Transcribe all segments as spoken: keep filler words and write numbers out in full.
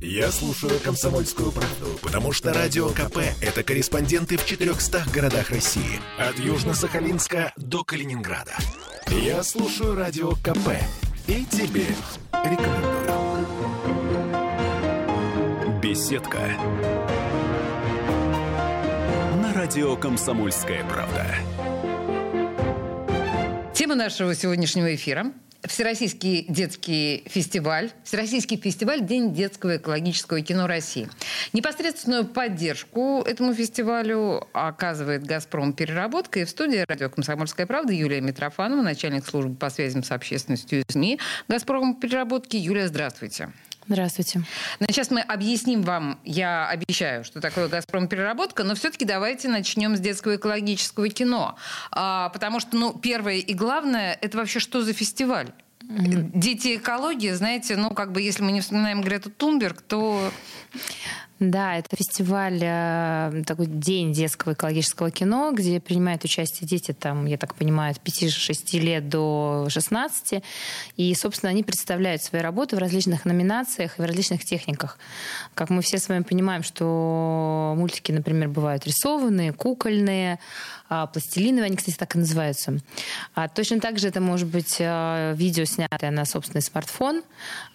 Я слушаю «Комсомольскую правду», потому что Радио КП – это корреспонденты в четырехстах городах России. От Южно-Сахалинска до Калининграда. Я слушаю Радио КП и тебе рекомендую. Беседка. На радио «Комсомольская правда». Тема нашего сегодняшнего эфира – Всероссийский детский фестиваль, Всероссийский фестиваль «День детского экологического кино России». Непосредственную поддержку этому фестивалю оказывает «Газпром Переработка». И в студии радио «Комсомольская правда» Юлия Митрофанова, начальник службы по связям с общественностью и СМИ «Газпром Переработки». Юлия, здравствуйте. Здравствуйте. Ну, сейчас мы объясним вам, я обещаю, что такое «Газпром Переработка», но все-таки давайте начнем с детского экологического кино. А, потому что, ну, первое и главное, это вообще что за фестиваль? Mm-hmm. Дети экологии, знаете, ну, как бы, если мы не вспоминаем Грету Тунберг, то... Да, это фестиваль, такой день детского экологического кино, где принимают участие дети, там, я так понимаю, от пяти-шести лет до шестнадцати. И, собственно, они представляют свои работы в различных номинациях и в различных техниках. Как мы все с вами понимаем, что мультики, например, бывают рисованные, кукольные, пластилиновые, они, кстати, так и называются. А точно так же это может быть видео, снятое на собственный смартфон.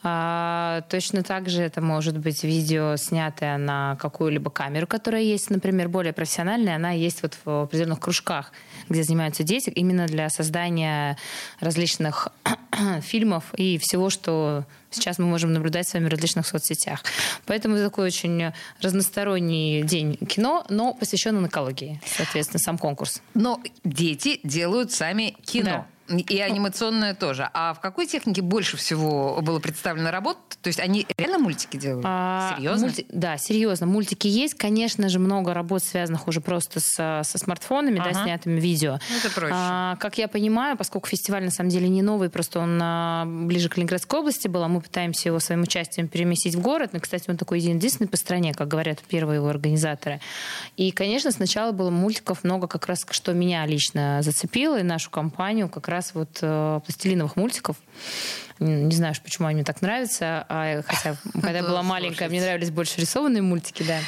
А точно так же это может быть видео, снятое на какую-либо камеру, которая есть, например, более профессиональная, она есть вот в определенных кружках, где занимаются дети, именно для создания различных фильмов и всего, что сейчас мы можем наблюдать с вами в различных соцсетях. Поэтому это такой очень разносторонний день кино, но посвященный экологии, соответственно, сам конкурс. Но дети делают сами кино. Да. И анимационное тоже. А в какой технике больше всего было представлено работ? То есть они реально мультики делают? А, серьезно? Мульти... Да, серьезно. Мультики есть. Конечно же, много работ, связанных уже просто с, со смартфонами, ага. да, снятыми видео. Это проще. А, как я понимаю, поскольку фестиваль на самом деле не новый, просто он а, ближе к Калининградской области был, а мы пытаемся его своим участием переместить в город. Ну, кстати, он такой единственный по стране, как говорят первые его организаторы. И, конечно, сначала было мультиков много, как раз, что меня лично зацепило, и нашу компанию, как раз вот пластилиновых мультиков. Не знаю, почему они мне так нравятся. А, хотя, когда я была маленькая, мне нравились больше рисованные мультики, да.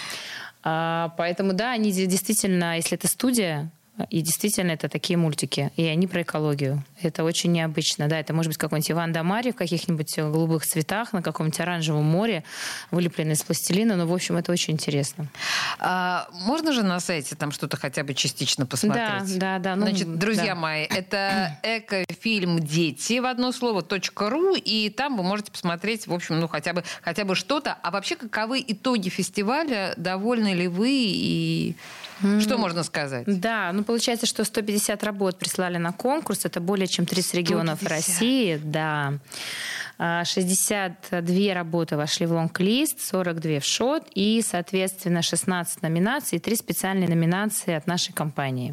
А, поэтому, да, они действительно, если это студия, и действительно это такие мультики, и они про экологию. Это очень необычно. Да, это может быть какой-нибудь Иван да Марья в каких-нибудь голубых цветах, на каком-нибудь оранжевом море, вылепленный из пластилина. Но, в общем, это очень интересно. А можно же на сайте там что-то хотя бы частично посмотреть? Да, да, да. Ну, Значит, друзья да. мои, это экофильм «Дети» в одно слово .ру, и там вы можете посмотреть, в общем, ну, хотя бы, хотя бы что-то. А вообще, каковы итоги фестиваля? Довольны ли вы? И mm. что можно сказать? Да, ну, получается, что сто пятьдесят работ прислали на конкурс. Это более чем тридцать регионов России. Да. шестьдесят две работы вошли в лонг-лист, сорок две в шот и, соответственно, шестнадцать номинаций и три специальные номинации от нашей компании.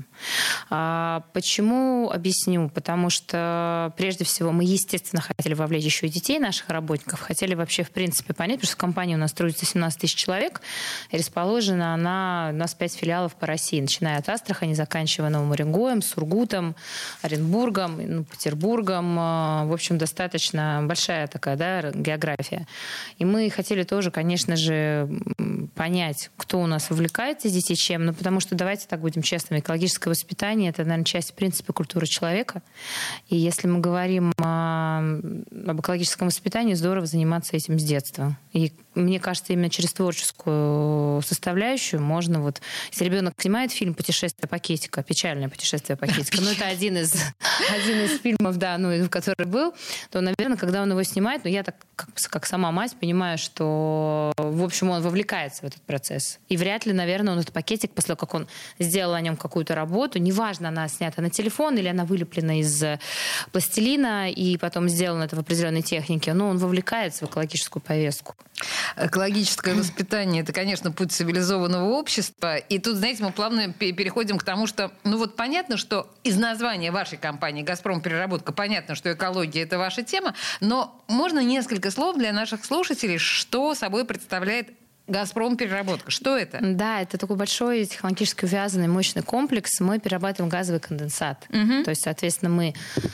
Почему? Объясню. Потому что, прежде всего, мы, естественно, хотели вовлечь еще и детей наших работников. Хотели вообще, в принципе, понять, потому что в компании у нас трудится семнадцать тысяч человек. И расположена она, у нас пять филиалов по России, начиная от Астрахани, заканчивая Новым Уренгоем, Сургутом, Оренбургом, ну, Петербургом. В общем, достаточно большая такая, да, география. И мы хотели тоже, конечно же, понять, кто у нас увлекается детей чем. Ну, потому что, давайте так будем честными, экологическое воспитание — это, наверное, часть, в принципе, культуры человека. И если мы говорим о, об экологическом воспитании, здорово заниматься этим с детства. И мне кажется, именно через творческую составляющую можно вот... Если ребенок снимает фильм «Путешествие пакетика», печальное «Путешествие пакетика», ну, это один из, один из фильмов, да, ну, который был, то, наверное, когда он его снимает, ну, я так, как, как сама мать, понимаю, что, в общем, он вовлекается в этот процесс. И вряд ли, наверное, он этот пакетик, после того, как он сделал о нем какую-то работу, неважно, она снята на телефон или она вылеплена из пластилина и потом сделана это в определенной технике, но он вовлекается в экологическую повестку. Экологическое воспитание – это, конечно, путь цивилизованного общества. И тут, знаете, мы плавно переходим к тому, что, ну вот понятно, что из названия вашей компании «Газпром Переработка» понятно, что экология – это ваша тема, но можно несколько слов для наших слушателей, что собой представляет «Газпром Переработка». Что это? Да, это такой большой технологически увязанный мощный комплекс. Мы перерабатываем газовый конденсат. Угу. То есть, соответственно, мы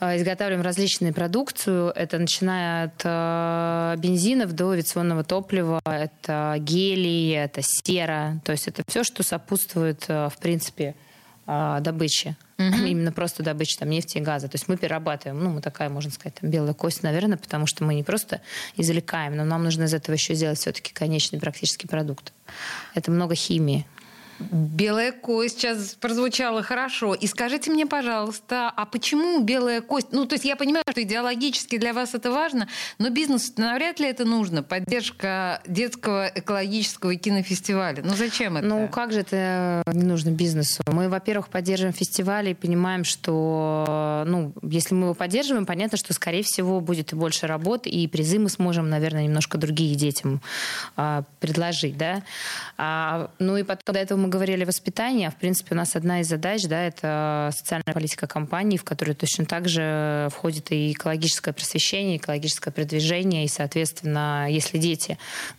изготавливаем различную продукцию. Это начиная от э, бензинов до авиационного топлива, это гелий, это сера. То есть это все, что сопутствует, э, в принципе, э, добыче. Mm-hmm. Именно просто добыча там, нефти и газа. То есть мы перерабатываем, ну, мы такая, можно сказать, там, белая кость, наверное, потому что мы не просто извлекаем, но нам нужно из этого еще сделать все-таки конечный практический продукт. Это много химии. Белая кость сейчас прозвучала хорошо. И скажите мне, пожалуйста, а почему белая кость? Ну, то есть я понимаю, что идеологически для вас это важно, но бизнесу навряд ли это нужно. Поддержка детского экологического кинофестиваля. Ну, зачем это? Ну, как же это не нужно бизнесу? Мы, во-первых, поддерживаем фестивали и понимаем, что, ну, если мы его поддерживаем, понятно, что, скорее всего, будет и больше работы, и призы мы сможем, наверное, немножко другие детям а, предложить, да. А, ну, и потом до этого мы говорили о воспитании, а в принципе у нас одна из задач, да, это социальная политика компании, в которой точно так же входит и экологическое просвещение, экологическое продвижение, и, соответственно, если дети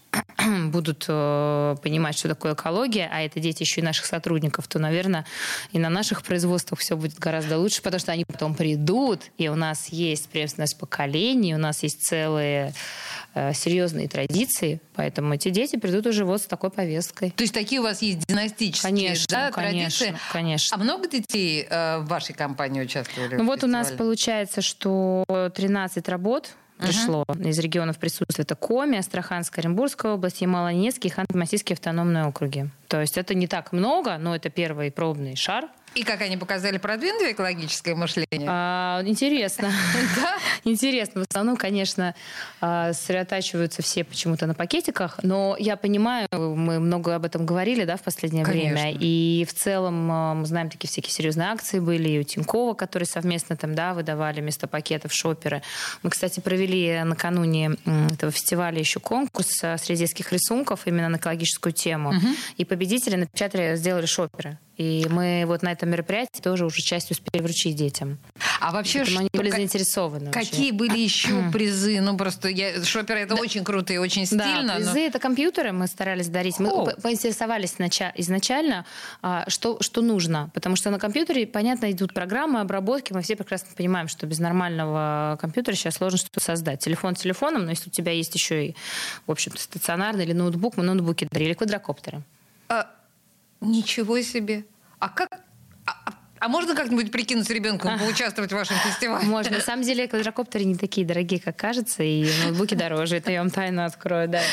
будут э, понимать, что такое экология, а это дети еще и наших сотрудников, то, наверное, и на наших производствах все будет гораздо лучше, потому что они потом придут, и у нас есть преемственность поколений, у нас есть целые э, серьезные традиции, поэтому эти дети придут уже вот с такой повесткой. То есть такие у вас есть династические, конечно, да, конечно, традиции? Конечно. А много детей э, в вашей компании участвовали? Ну в вот фестивале? у нас получается, что тринадцать работ пришло uh-huh. из регионов присутствия. Это Коми, Астраханская, Оренбургская область, Ямало-Ненецкий и Ханты-Мансийские автономные округи. То есть это не так много, но это первый пробный шар. И как они показали продвинутое экологическое мышление? А, интересно. Да? Интересно. В основном, конечно, сосредотачиваются все почему-то на пакетиках, но я понимаю, мы много об этом говорили, да, в последнее конечно. время, и в целом мы знаем, такие всякие серьезные акции были, и у Тинькова, которые совместно там, да, выдавали вместо пакетов шоперы. Мы, кстати, провели накануне этого фестиваля еще конкурс среди детских рисунков именно на экологическую тему, угу. и победители напечатали, сделали шоперы. И мы вот на этом мероприятии тоже уже часть успели вручить детям. А вообще, Поэтому они были как, заинтересованы. Какие вообще. были еще призы? Ну, просто я, шоперы это да. очень круто и очень стильно. Да, призы но... это компьютеры мы старались дарить. Мы О. поинтересовались изначально, что, что нужно. Потому что на компьютере, понятно, идут программы, обработки. Мы все прекрасно понимаем, что без нормального компьютера сейчас сложно что-то создать. Телефон телефоном, но если у тебя есть еще и, в общем-то, стационарный или ноутбук, мы ноутбуки дарили, квадрокоптеры. А... Ничего себе. А как... А, а можно как-нибудь прикинуться ребенком, поучаствовать в вашем фестивале? Можно. На самом деле квадрокоптеры не такие дорогие, как кажется, и ноутбуки дороже. Это я вам тайну открою, да.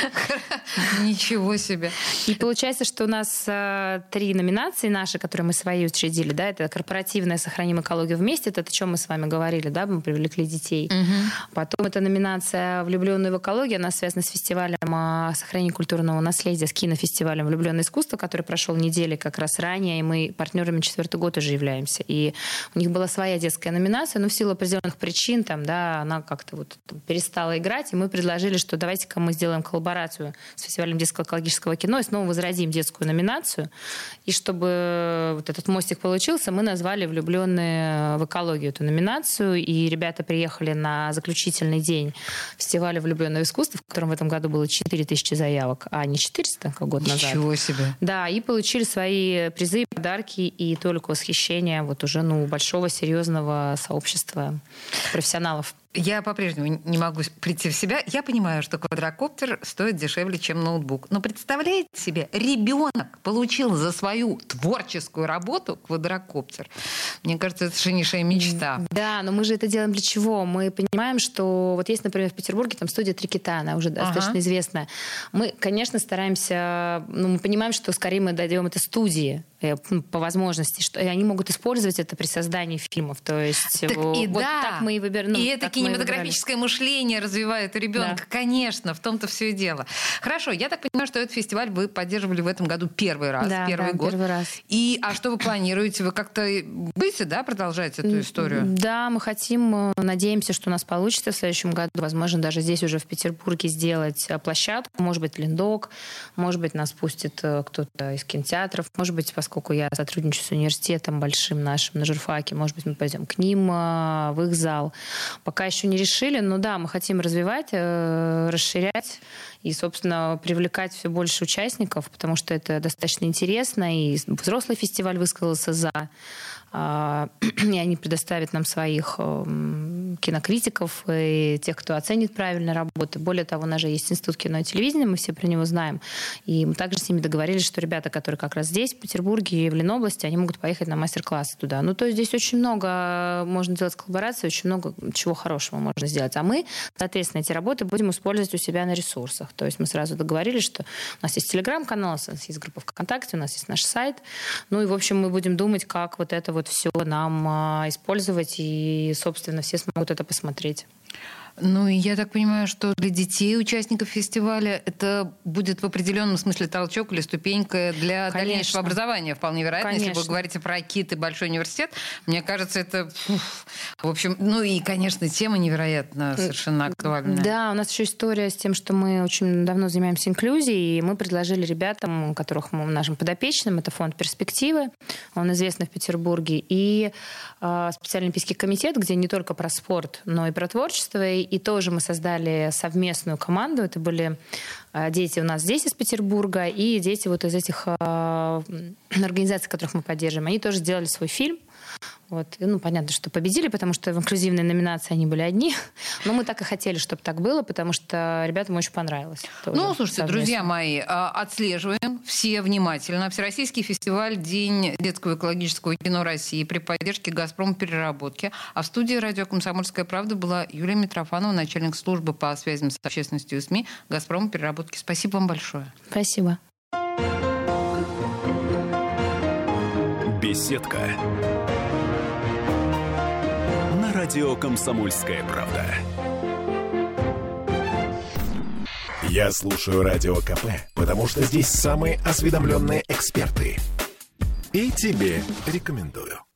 Ничего себе. И получается, что у нас э, три номинации наши, которые мы свои учредили, да, это корпоративная «Сохраним экологию вместе», это о чем мы с вами говорили, да, мы привлекли детей. Угу. Потом это номинация «Влюбленные в экологию», она связана с фестивалем о сохранении культурного наследия, с кинофестивалем «Влюбленное искусство», который прошел недели как раз ранее, и мы партнерами четвертый год уже являемся. И у них была своя детская номинация, но в силу определенных причин там, да, она как-то вот там перестала играть, и мы предложили, что давайте-ка мы сделаем коллаборацию с фестивалем детского экологического кино и снова возродим детскую номинацию. И чтобы вот этот мостик получился, мы назвали «Влюбленные в экологию» эту номинацию, и ребята приехали на заключительный день фестиваля «Влюбленное в искусство», в котором в этом году было четыре тысячи заявок, а не четыреста, как год назад. Ничего себе. Да, и получили свои призы, подарки и только восхищение вот уже ну, большого серьезного сообщества профессионалов. Я по-прежнему не могу прийти в себя. Я понимаю, что квадрокоптер стоит дешевле, чем ноутбук. Но представляете себе, ребенок получил за свою творческую работу квадрокоптер. Мне кажется, это совершеннейшая мечта. Да, но мы же это делаем для чего? Мы понимаем, что вот есть, например, в Петербурге там студия «Три кита», она уже достаточно ага. известная. Мы, конечно, стараемся... Ну, мы понимаем, что скорее мы дойдем это студии по возможности, что и они могут использовать это при создании фильмов. То есть так вот и да. так мы и выбираем. Ну, и это кинематографическое мышление развивает у ребенка. Да. Конечно, в том-то все и дело. Хорошо, я так понимаю, что этот фестиваль вы поддерживали в этом году первый раз, да, первый да, год. Первый раз. И, а что вы планируете? Вы как-то будете, да, продолжать эту историю? Да, мы хотим, надеемся, что у нас получится в следующем году. Возможно, даже здесь уже в Петербурге сделать площадку. Может быть, Линдок, может быть, нас пустит кто-то из кинотеатров. Может быть, поскольку я сотрудничаю с университетом большим нашим на журфаке, может быть, мы пойдем к ним в их зал. Пока еще не решили, но да, мы хотим развивать, э, расширять и, собственно, привлекать все больше участников, потому что это достаточно интересно, и взрослый фестиваль высказался за, э, и они предоставят нам своих э, кинокритиков и тех, кто оценит правильно работу. Более того, у нас же есть Институт кино и телевидения, мы все про него знаем, и мы также с ними договорились, что ребята, которые как раз здесь, в Петербурге и в Ленобласти, они могут поехать на мастер-классы туда. Ну, то есть здесь очень много можно делать коллабораций, очень много чего хорошего можно сделать. А мы, соответственно, эти работы будем использовать у себя на ресурсах. То есть мы сразу договорились, что у нас есть телеграм-канал, у нас есть группа ВКонтакте, у нас есть наш сайт. Ну и, в общем, мы будем думать, как вот это вот все нам а, использовать, и, собственно, все смогут это посмотреть. Ну, и я так понимаю, что для детей, участников фестиваля, это будет в определенном смысле толчок или ступенька для Конечно. дальнейшего образования, вполне вероятно. Конечно. Если вы говорите про КИТ и большой университет, мне кажется, это... Фух, в общем, ну и, конечно, тема невероятно совершенно актуальная. Да, у нас еще история с тем, что мы очень давно занимаемся инклюзией, и мы предложили ребятам, которых мы нашим подопечным, это фонд «Перспективы», он известный в Петербурге, и э, специальный олимпийский комитет, где не только про спорт, но и про творчество. И тоже мы создали совместную команду. Это были дети у нас здесь из Петербурга и дети вот из этих э, организаций, которых мы поддерживаем. Они тоже сделали свой фильм. Вот. И, ну, понятно, что победили, потому что в инклюзивной номинации они были одни. Но мы так и хотели, чтобы так было, потому что ребятам очень понравилось. Ну, слушайте, совместно. Друзья мои, отслеживаем все внимательно. Всероссийский фестиваль «День детского экологического кино России» при поддержке «Газпром переработки». А в студии радио «Комсомольская правда» была Юлия Митрофанова, начальник службы по связям с общественностью и СМИ «Газпром переработки». Спасибо вам большое. Спасибо. Беседка. На радио «Комсомольская правда». Я слушаю радио КП, потому что здесь самые осведомленные эксперты. И тебе рекомендую.